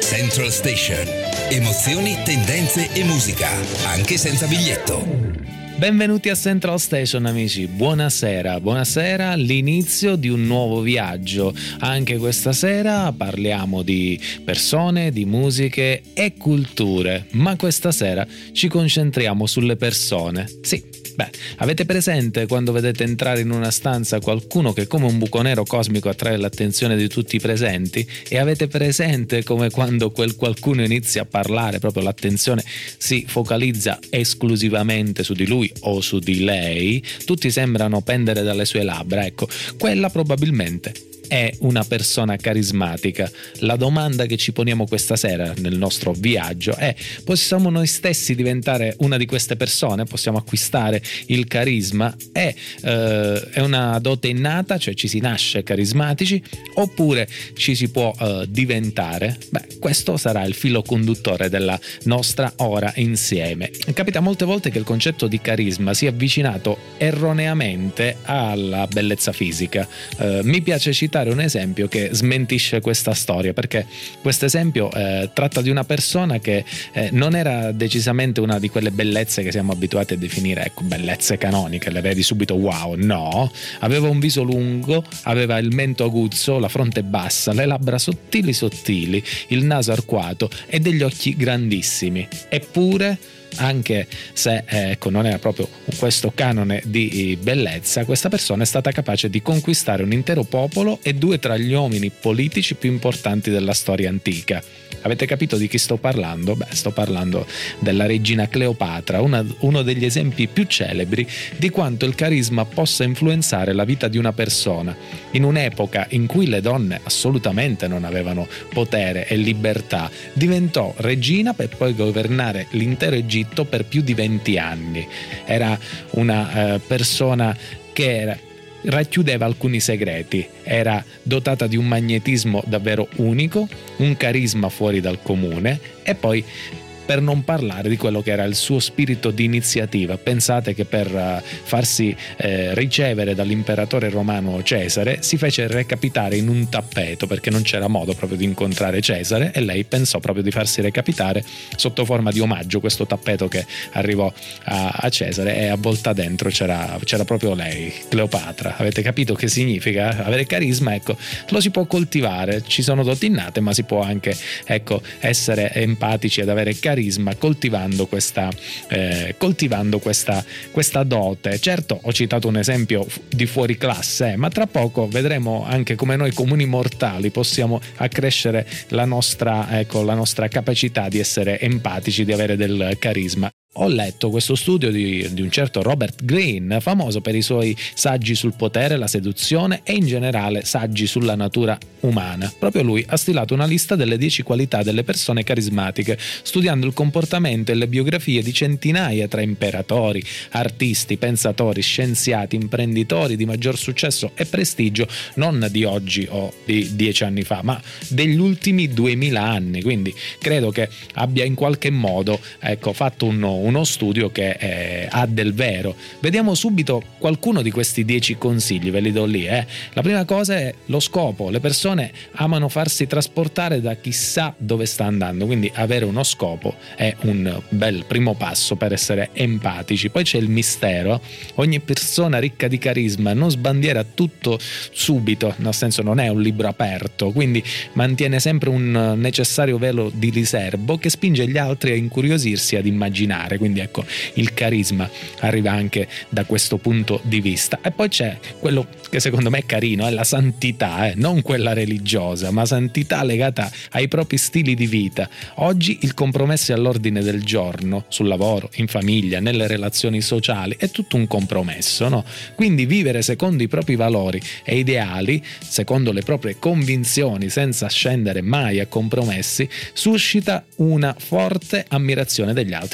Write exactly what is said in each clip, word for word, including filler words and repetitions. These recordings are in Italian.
Central Station. Emozioni, tendenze e musica, anche senza biglietto. Benvenuti a Central Station, amici. Buonasera, buonasera, l'inizio di un nuovo viaggio. Anche questa sera parliamo di persone, di musiche e culture, ma questa sera ci concentriamo sulle persone. Sì. Beh, avete presente quando vedete entrare in una stanza qualcuno che come un buco nero cosmico attrae l'attenzione di tutti i presenti? E avete presente come quando quel qualcuno inizia a parlare, proprio l'attenzione si focalizza esclusivamente su di lui o su di lei, tutti sembrano pendere dalle sue labbra? Ecco, quella probabilmente è una persona carismatica. La domanda che ci poniamo questa sera nel nostro viaggio è: possiamo noi stessi diventare una di queste persone? Possiamo acquistare il carisma? È, eh, è una dote innata, cioè ci si nasce carismatici, oppure ci si può eh, diventare? Beh, questo sarà il filo conduttore della nostra ora insieme. Capita molte volte che il concetto di carisma sia avvicinato erroneamente alla bellezza fisica. Eh, mi piace citare un esempio che smentisce questa storia, perché questo esempio eh, tratta di una persona che eh, non era decisamente una di quelle bellezze che siamo abituati a definire, ecco, bellezze canoniche, le vedi subito wow. No, aveva un viso lungo, aveva il mento aguzzo, la fronte bassa, le labbra sottili sottili, il naso arcuato e degli occhi grandissimi. Eppure, anche se ecco non era proprio questo canone di bellezza, questa persona è stata capace di conquistare un intero popolo e due tra gli uomini politici più importanti della storia antica. Avete capito di chi sto parlando? Beh, sto parlando della regina Cleopatra, una, uno degli esempi più celebri di quanto il carisma possa influenzare la vita di una persona in un'epoca in cui le donne assolutamente non avevano potere e libertà. Diventò regina per poi governare l'intero Egitto per più di venti anni. Era una eh, persona che era racchiudeva alcuni segreti, era dotata di un magnetismo davvero unico, un carisma fuori dal comune e poi, per non parlare di quello che era il suo spirito di iniziativa. Pensate che per uh, farsi eh, ricevere dall'imperatore romano Cesare si fece recapitare in un tappeto, perché non c'era modo proprio di incontrare Cesare, e lei pensò proprio di farsi recapitare sotto forma di omaggio questo tappeto che arrivò a, a Cesare, e a volta dentro c'era, c'era proprio lei, Cleopatra. Avete capito che significa avere carisma? Ecco, lo si può coltivare, ci sono doti innate, ma si può anche, ecco, essere empatici ed avere carisma coltivando questa eh, coltivando questa, questa dote. Certo, ho citato un esempio di fuori classe, eh, ma tra poco vedremo anche come noi comuni mortali possiamo accrescere la nostra, ecco, la nostra capacità di essere empatici, di avere del carisma. Ho letto questo studio di, di un certo Robert Greene, famoso per i suoi saggi sul potere, la seduzione e in generale saggi sulla natura umana. Proprio lui ha stilato una lista delle dieci qualità delle persone carismatiche, studiando il comportamento e le biografie di centinaia tra imperatori, artisti, pensatori, scienziati, imprenditori di maggior successo e prestigio, non di oggi o di dieci anni fa, ma degli ultimi duemila anni. Quindi credo che abbia in qualche modo, ecco, fatto un uno studio che eh, ha del vero. Vediamo subito qualcuno di questi dieci consigli, ve li do lì. Eh. La prima cosa è lo scopo. Le persone amano farsi trasportare da chissà dove sta andando, quindi avere uno scopo è un bel primo passo per essere empatici. Poi c'è il mistero. Ogni persona ricca di carisma non sbandiera tutto subito, nel senso non è un libro aperto, quindi mantiene sempre un necessario velo di riservo che spinge gli altri a incuriosirsi, ad immaginare. Quindi ecco, il carisma arriva anche da questo punto di vista. E poi c'è quello che secondo me è carino, è la santità, eh? Non quella religiosa, ma santità legata ai propri stili di vita. Oggi il compromesso è all'ordine del giorno, sul lavoro, in famiglia, nelle relazioni sociali, è tutto un compromesso, no? Quindi vivere secondo i propri valori e ideali, secondo le proprie convinzioni, senza scendere mai a compromessi, suscita una forte ammirazione degli altri. Cioè, ah,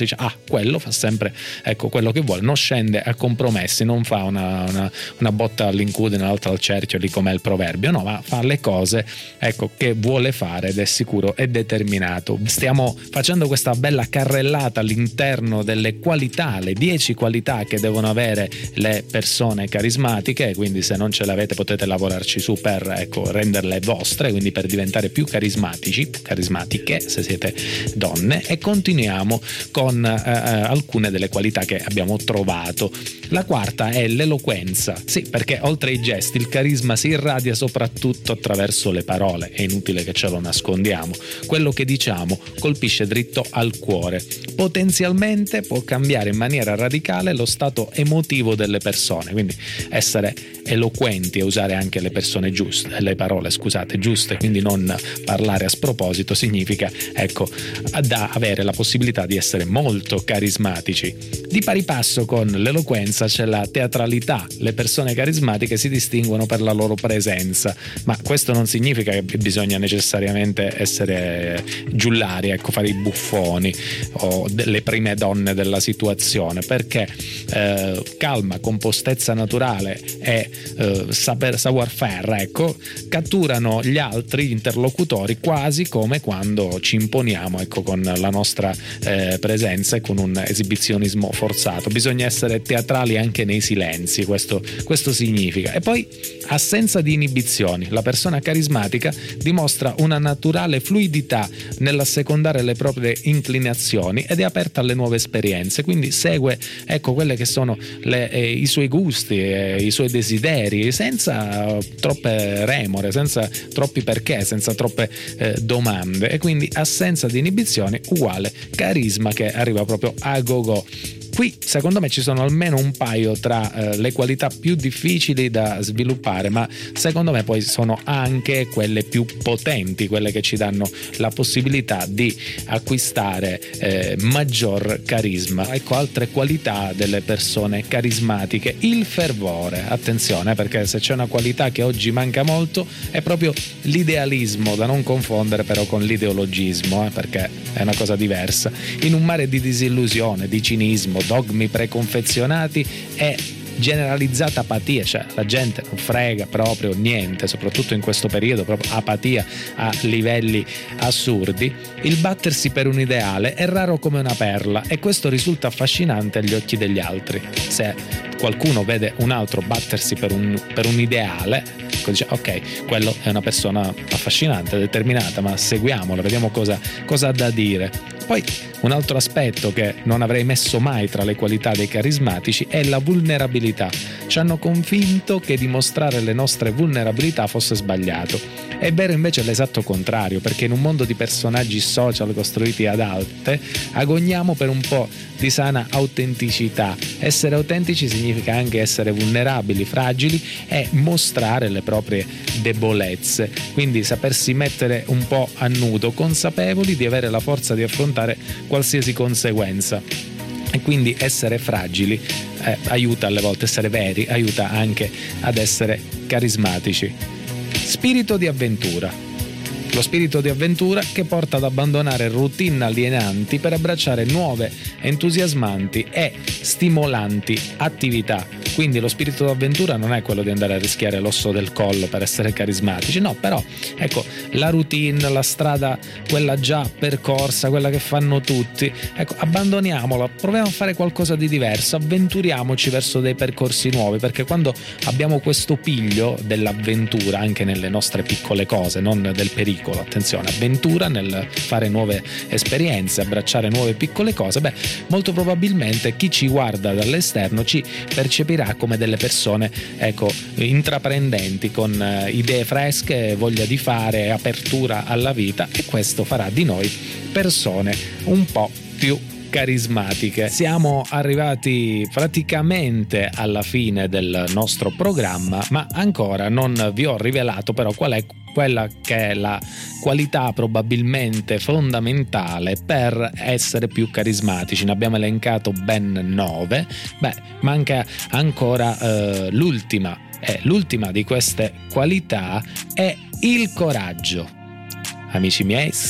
quello fa sempre, ecco, quello che vuole, non scende a compromessi, non fa una, una, una botta all'incudine, l'altra al cerchio, lì com'è il proverbio, no, ma fa le cose, ecco, che vuole fare ed è sicuro e determinato. Stiamo facendo questa bella carrellata all'interno delle qualità, le dieci qualità che devono avere le persone carismatiche, quindi se non ce le avete potete lavorarci su per, ecco, renderle vostre, quindi per diventare più carismatici, carismatiche se siete donne. E continuiamo con eh, alcune delle qualità che abbiamo trovato. La quarta è l'eloquenza, sì, perché oltre ai gesti il carisma si irradia soprattutto attraverso le parole, è inutile che ce lo nascondiamo, quello che diciamo colpisce dritto al cuore, potenzialmente può cambiare in maniera radicale lo stato emotivo delle persone, quindi essere eloquenti e usare anche le persone giuste, le parole scusate giuste, quindi non parlare a sproposito, significa, ecco, da avere la possibilità di essere molto carismatici. Di pari passo con l'eloquenza c'è la teatralità, le persone carismatiche si distinguono per la loro presenza, ma questo non significa che bisogna necessariamente essere giullari, ecco, fare i buffoni o le prime donne della situazione, perché eh, calma, compostezza naturale e eh, saper savoir faire, ecco, catturano gli altri, gli interlocutori, quasi come quando ci imponiamo, ecco, con la nostra eh, presenza e con un esibizionismo forzato. Bisogna essere teatrali anche nei silenzi, questo, questo significa. E poi assenza di inibizioni, la persona carismatica dimostra una naturale fluidità nell'assecondare le proprie inclinazioni ed è aperta alle nuove esperienze, quindi segue, ecco, quelle che sono le, eh, i suoi gusti, eh, i suoi desideri, senza troppe remore, senza troppi perché, senza troppe eh, domande, e quindi assenza di inibizioni uguale carisma che arriva proprio a go-go. Qui secondo me ci sono almeno un paio tra eh, le qualità più difficili da sviluppare, ma secondo me poi sono anche quelle più potenti, quelle che ci danno la possibilità di acquistare eh, maggior carisma. Ecco altre qualità delle persone carismatiche: il fervore. Attenzione, perché se c'è una qualità che oggi manca molto è proprio l'idealismo, da non confondere però con l'ideologismo, eh, perché è una cosa diversa. In un mare di disillusione, di cinismo, dogmi preconfezionati e generalizzata apatia, cioè la gente non frega proprio niente, soprattutto in questo periodo, proprio apatia a livelli assurdi, il battersi per un ideale è raro come una perla e questo risulta affascinante agli occhi degli altri. Se qualcuno vede un altro battersi per un, per un ideale, dice ok, quello è una persona affascinante, determinata, ma seguiamola, vediamo cosa, cosa ha da dire. Poi un altro aspetto che non avrei messo mai tra le qualità dei carismatici è la vulnerabilità. Ci hanno convinto che dimostrare le nostre vulnerabilità fosse sbagliato. È vero invece l'esatto contrario, perché in un mondo di personaggi social costruiti ad arte agogniamo per un po' di sana autenticità. Essere autentici significa anche essere vulnerabili, fragili e mostrare le proprie debolezze, quindi sapersi mettere un po' a nudo, consapevoli di avere la forza di affrontare qualsiasi conseguenza. E quindi essere fragili eh, aiuta alle volte, essere veri aiuta anche ad essere carismatici. Spirito di avventura. Lo spirito di avventura che porta ad abbandonare routine alienanti per abbracciare nuove, entusiasmanti e stimolanti attività. Quindi lo spirito d'avventura non è quello di andare a rischiare l'osso del collo per essere carismatici, no, però ecco, la routine, la strada, quella già percorsa, quella che fanno tutti, ecco, abbandoniamola, proviamo a fare qualcosa di diverso, avventuriamoci verso dei percorsi nuovi, perché quando abbiamo questo piglio dell'avventura anche nelle nostre piccole cose, non del pericolo, attenzione, avventura nel fare nuove esperienze, abbracciare nuove piccole cose, beh, molto probabilmente chi ci guarda dall'esterno ci percepirà come delle persone, ecco, intraprendenti, con eh, idee fresche, voglia di fare, apertura alla vita, e questo farà di noi persone un po' più carismatiche. Siamo arrivati praticamente alla fine del nostro programma, ma ancora non vi ho rivelato però qual è quella che è la qualità probabilmente fondamentale per essere più carismatici. Ne abbiamo elencato ben nove, beh, manca ancora eh, l'ultima, e l'ultima di queste qualità è il coraggio. Amici miei, sì,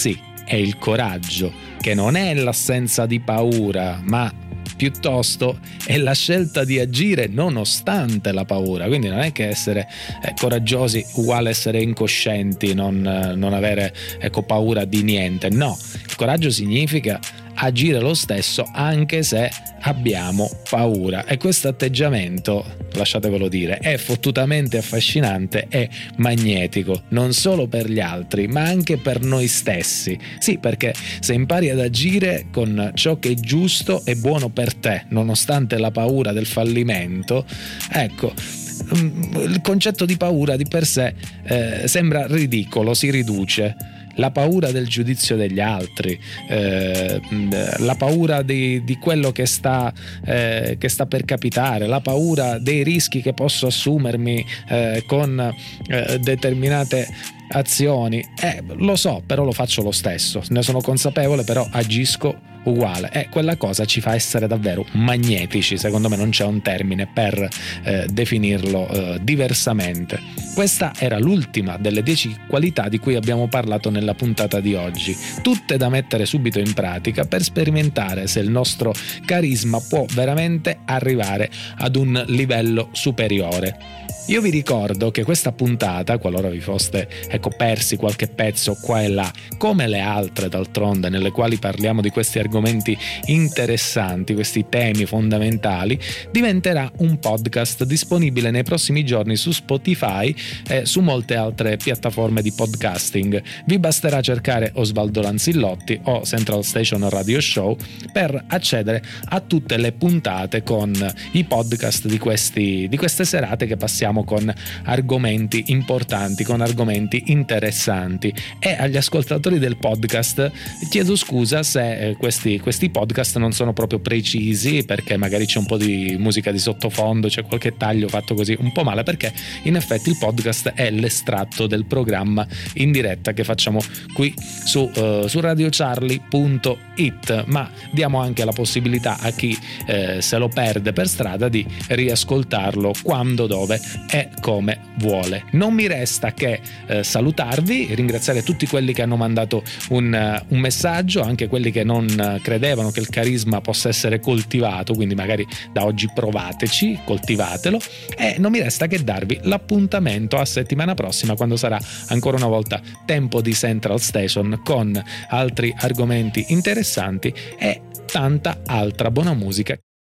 è il coraggio, che non è l'assenza di paura, ma piuttosto è la scelta di agire nonostante la paura. Quindi non è che essere eh, coraggiosi uguale essere incoscienti, non, eh, non avere ecco, paura di niente. No, il coraggio significa agire lo stesso anche se abbiamo paura, e questo atteggiamento, lasciatevelo dire, è fottutamente affascinante e magnetico, non solo per gli altri ma anche per noi stessi. Sì, perché se impari ad agire con ciò che è giusto e buono per te nonostante la paura del fallimento, ecco, il concetto di paura di per sé eh, sembra ridicolo, si riduce. La paura del giudizio degli altri, eh, la paura di, di quello che sta, eh, che sta per capitare, la paura dei rischi che posso assumermi eh, con eh, determinate azioni. Eh, lo so, però lo faccio lo stesso, ne sono consapevole, però agisco uguale, e quella cosa ci fa essere davvero magnetici. Secondo me non c'è un termine per eh, definirlo eh, diversamente. Questa era l'ultima delle dieci qualità di cui abbiamo parlato nella puntata di oggi, tutte da mettere subito in pratica per sperimentare se il nostro carisma può veramente arrivare ad un livello superiore. Io vi ricordo che questa puntata, qualora vi foste ecco, persi qualche pezzo qua e là, come le altre d'altronde nelle quali parliamo di questi argomenti interessanti, questi temi fondamentali, diventerà un podcast disponibile nei prossimi giorni su Spotify e su molte altre piattaforme di podcasting. Vi basterà cercare Osvaldo Lanzillotti o Central Station Radio Show per accedere a tutte le puntate con i podcast di, questi, di queste serate che passiamo con argomenti importanti, con argomenti interessanti. E agli ascoltatori del podcast chiedo scusa se eh, questi, questi podcast non sono proprio precisi, perché magari c'è un po' di musica di sottofondo, c'è qualche taglio fatto così un po' male, perché in effetti il podcast è l'estratto del programma in diretta che facciamo qui su, uh, su radio charlie punto it, ma diamo anche la possibilità a chi eh, se lo perde per strada di riascoltarlo quando, dove e come vuole. Non mi resta che eh, salutarvi, ringraziare tutti quelli che hanno mandato un, uh, un messaggio, anche quelli che non uh, credevano che il carisma possa essere coltivato, quindi magari da oggi provateci, coltivatelo, e non mi resta che darvi l'appuntamento a settimana prossima, quando sarà ancora una volta tempo di Central Station con altri argomenti interessanti e tanta altra buona musica.